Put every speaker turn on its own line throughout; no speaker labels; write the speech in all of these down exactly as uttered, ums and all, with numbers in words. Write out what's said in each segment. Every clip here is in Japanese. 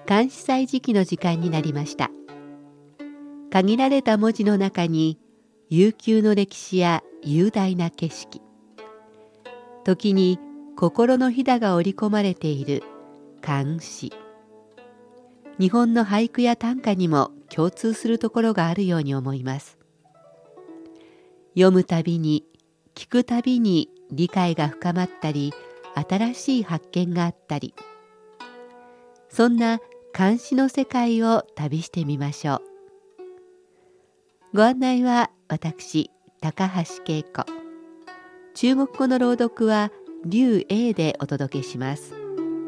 漢詩祭時期の時間になりました。限られた文字の中に悠久の歴史や雄大な景色、時に心のひだが織り込まれている漢詩。日本の俳句や短歌にも共通するところがあるように思います。読むたびに、聞くたびに理解が深まったり、新しい発見があったり、そんな漢詩の世界を旅してみましょう。ご案内は私、高橋恵子。中国語の朗読は劉英でお届けします。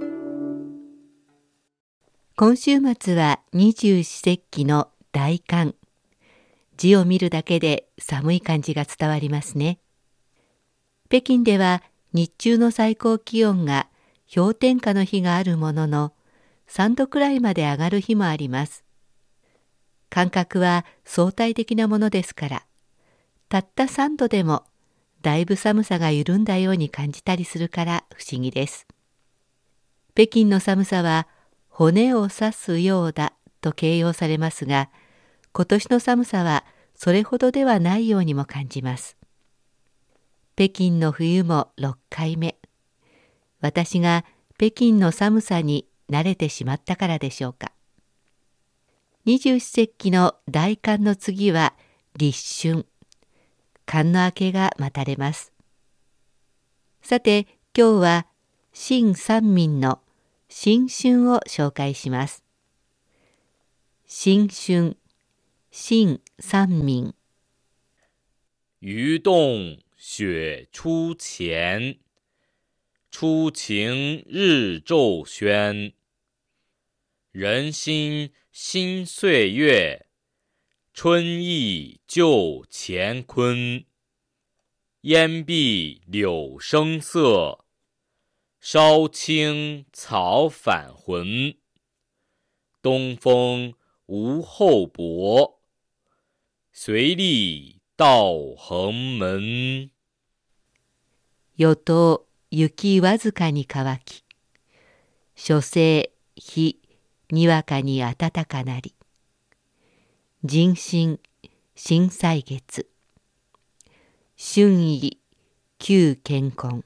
今週末は二十四節気の大寒。字を見るだけで寒い感じが伝わりますね。北京では日中の最高気温が氷点下の日があるものの、さんどくらいまで上がる日もあります。感覚は相対的なものですから、たったさんどでもだいぶ寒さが緩んだように感じたりするから不思議です。北京の寒さは骨を刺すようだと形容されますが、今年の寒さはそれほどではないようにも感じます。北京の冬もろっかいめ。私が北京の寒さに慣れてしまったからでしょうか。二十四節気の大寒の次は立春。寒の明けが待たれます。さて、今日は新三民の新春を紹介します。新春、新三民。
鱼冻雪初前，初晴日骤宣。人心新岁月，春意旧乾坤。烟碧柳生色，稍青草返魂。东风无后薄，随力到横門。
夜冬雪わずかに乾き、初晴日にわかに暖かなり。人心新歳月、春意旧乾坤。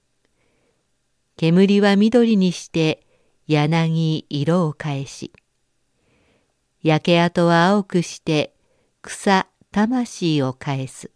煙は緑にして柳色を返し、焼け跡は青くして草魂を返す。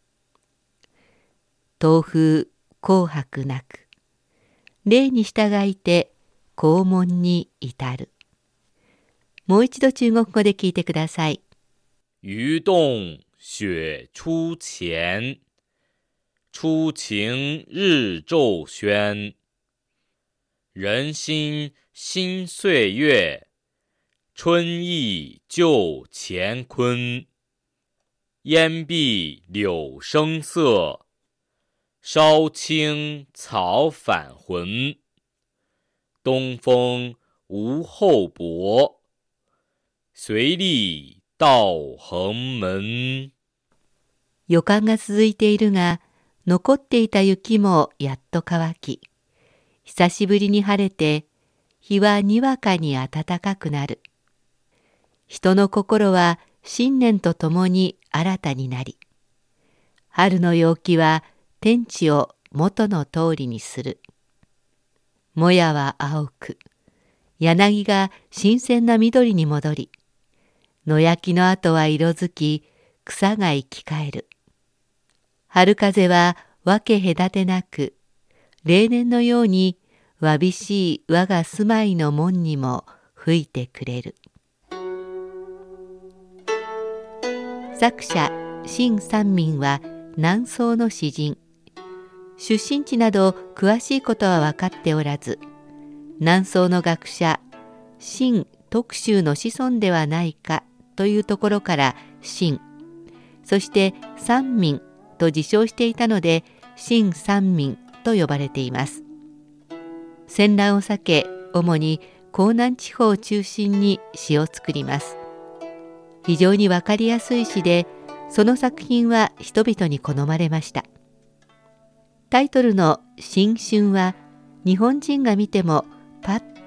東風紅白なく、礼に従いて黄門に至る。もう一度中国語で聞いてください。
鱼冻雪初前，初晴日骤宣。人心新岁月，春意旧乾坤。烟碧柳生色，稍青草返魂。东风无后薄，随力到横門。
予感が続いているが、残っていた雪もやっと乾き、久しぶりに晴れて、日はにわかに暖かくなる。人の心は新年とともに新たになり、春の陽気は天地を元の通りにする。もやは青く、柳が新鮮な緑に戻り、野焼きの跡は色づき、草が生き返る。春風は分け隔てなく、例年のようにわびしい我が住まいの門にも吹いてくれる。作者新三民は南宋の詩人。出身地など詳しいことは分かっておらず、南宋の学者新徳州の子孫ではないかというところから新、そして三民と自称していたので新三民と呼ばれています。戦乱を避け、主に江南地方を中心に詩を作ります。非常にわかりやすい詩で、その作品は人々に好まれました。タイトルの新春は、日本人が見てもパッと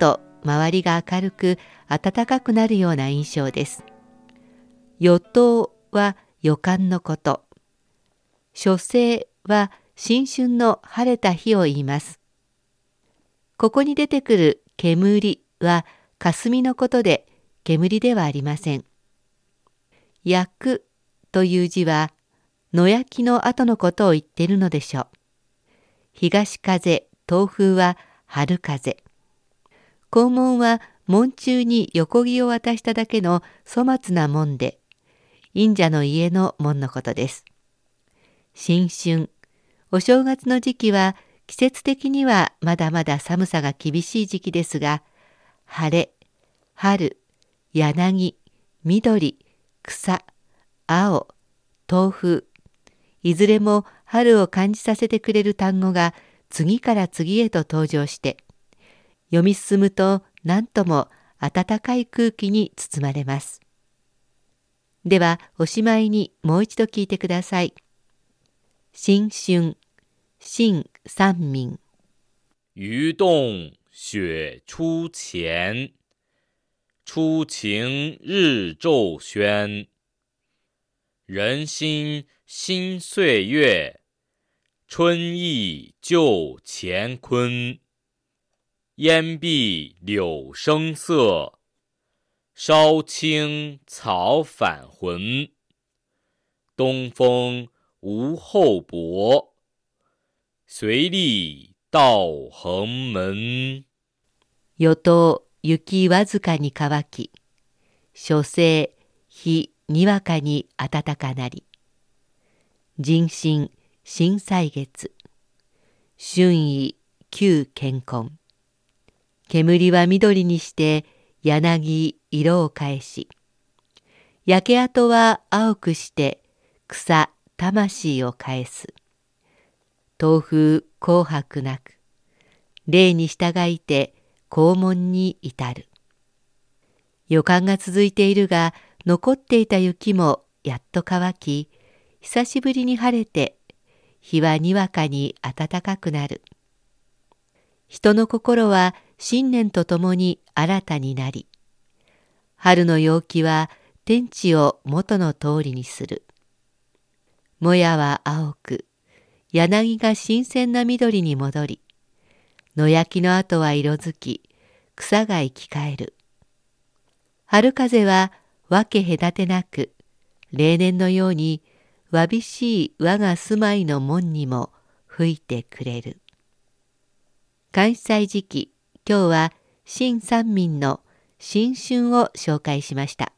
周りが明るく暖かくなるような印象です。予冬は予感のこと。初晴は新春の晴れた日を言います。ここに出てくる煙は霞のことで煙ではありません。焼くという字は野焼きの後のことを言っているのでしょう。東風、東風は春風。黄門は門中に横木を渡しただけの粗末な門で、隠者の家の門のことです。新春、お正月の時期は季節的にはまだまだ寒さが厳しい時期ですが、晴れ、春、柳、緑、草、青、豆腐、いずれも春を感じさせてくれる単語が次から次へと登場して、読み進むと何とも暖かい空気に包まれます。ではおしまいにもう一度聞いてください。新春、新三民。
鱼动雪初前，初晴日骤宣。人心新岁月，春意旧乾坤。烟碧柳生色，烧青草返魂。东风无后薄，随力到横門。
予冬、雪わずかに乾き、初晴、日にわかに暖かなり。人心、新歳月。春意、旧乾坤。煙は緑にして柳色を返し、焼け跡は青くして草魂を返す。東風紅白なく、礼に従いて黄門に至る。予感が続いているが、残っていた雪もやっと乾き、久しぶりに晴れて、日はにわかに暖かくなる。人の心は新年とともに新たになり、春の陽気は天地を元の通りにする。もやは青く、柳が新鮮な緑に戻り、野焼きの跡は色づき、草が生き返る。春風は分け隔てなく、例年のようにわびしい我が住まいの門にも吹いてくれる。関西時期、今日は新三民の新春を紹介しました。